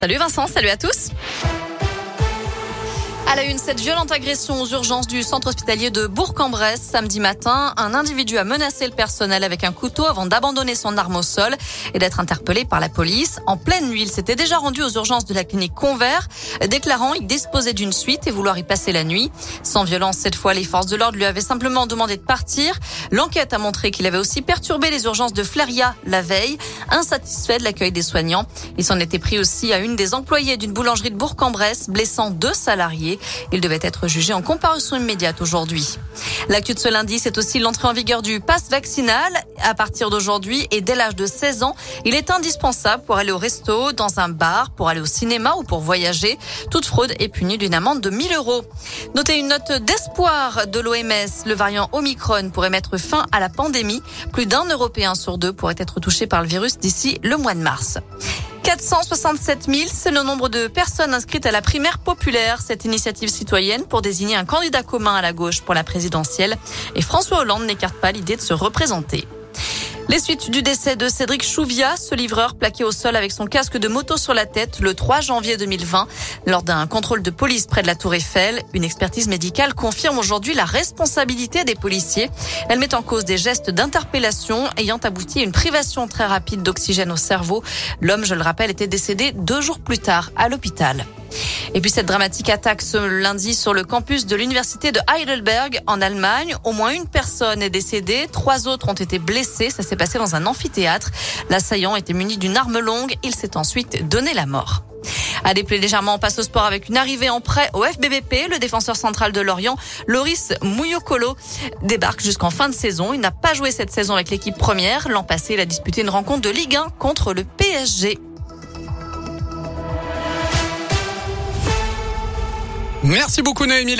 Salut Vincent, salut à tous. À la une, cette violente agression aux urgences du centre hospitalier de Bourg-en-Bresse. Samedi matin, un individu a menacé le personnel avec un couteau avant d'abandonner son arme au sol et d'être interpellé par la police. En pleine nuit, il s'était déjà rendu aux urgences de la clinique Convert, déclarant y disposer d'une suite et vouloir y passer la nuit. Sans violence cette fois, les forces de l'ordre lui avaient simplement demandé de partir. L'enquête a montré qu'il avait aussi perturbé les urgences de Fléria la veille. Insatisfait de l'accueil des soignants, il s'en était pris aussi à une des employées d'une boulangerie de Bourg-en-Bresse, blessant 2 salariés. Il devait être jugé en comparution immédiate aujourd'hui. L'actu de ce lundi, c'est aussi l'entrée en vigueur du pass vaccinal. À partir d'aujourd'hui et dès l'âge de 16 ans, il est indispensable pour aller au resto, dans un bar, pour aller au cinéma ou pour voyager. Toute fraude est punie d'une amende de 1 000 €. Notez une note d'espoir de l'OMS. Le variant Omicron pourrait mettre fin à la pandémie. Plus d'1 Européen sur 2 pourrait être touché par le virus d'ici le mois de mars. 467 000, c'est le nombre de personnes inscrites à la primaire populaire, cette initiative citoyenne pour désigner un candidat commun à la gauche pour la présidentielle. Et François Hollande n'écarte pas l'idée de se représenter. Les suites du décès de Cédric Chouviat, ce livreur plaqué au sol avec son casque de moto sur la tête le 3 janvier 2020 lors d'un contrôle de police près de la Tour Eiffel. Une expertise médicale confirme aujourd'hui la responsabilité des policiers. Elle met en cause des gestes d'interpellation ayant abouti à une privation très rapide d'oxygène au cerveau. L'homme, je le rappelle, était décédé 2 jours plus tard à l'hôpital. Et puis cette dramatique attaque ce lundi sur le campus de l'université de Heidelberg en Allemagne. Au moins une personne est décédée, 3 autres ont été blessés. Ça s'est passé dans un amphithéâtre. L'assaillant était muni d'une arme longue. Il s'est ensuite donné la mort. Allez, plus légèrement, on passe au sport avec une arrivée en prêt au FBBP. Le défenseur central de Lorient, Loris Mouyokolo, débarque jusqu'en fin de saison. Il n'a pas joué cette saison avec l'équipe première. L'an passé, il a disputé une rencontre de Ligue 1 contre le PSG. Merci beaucoup Noémie.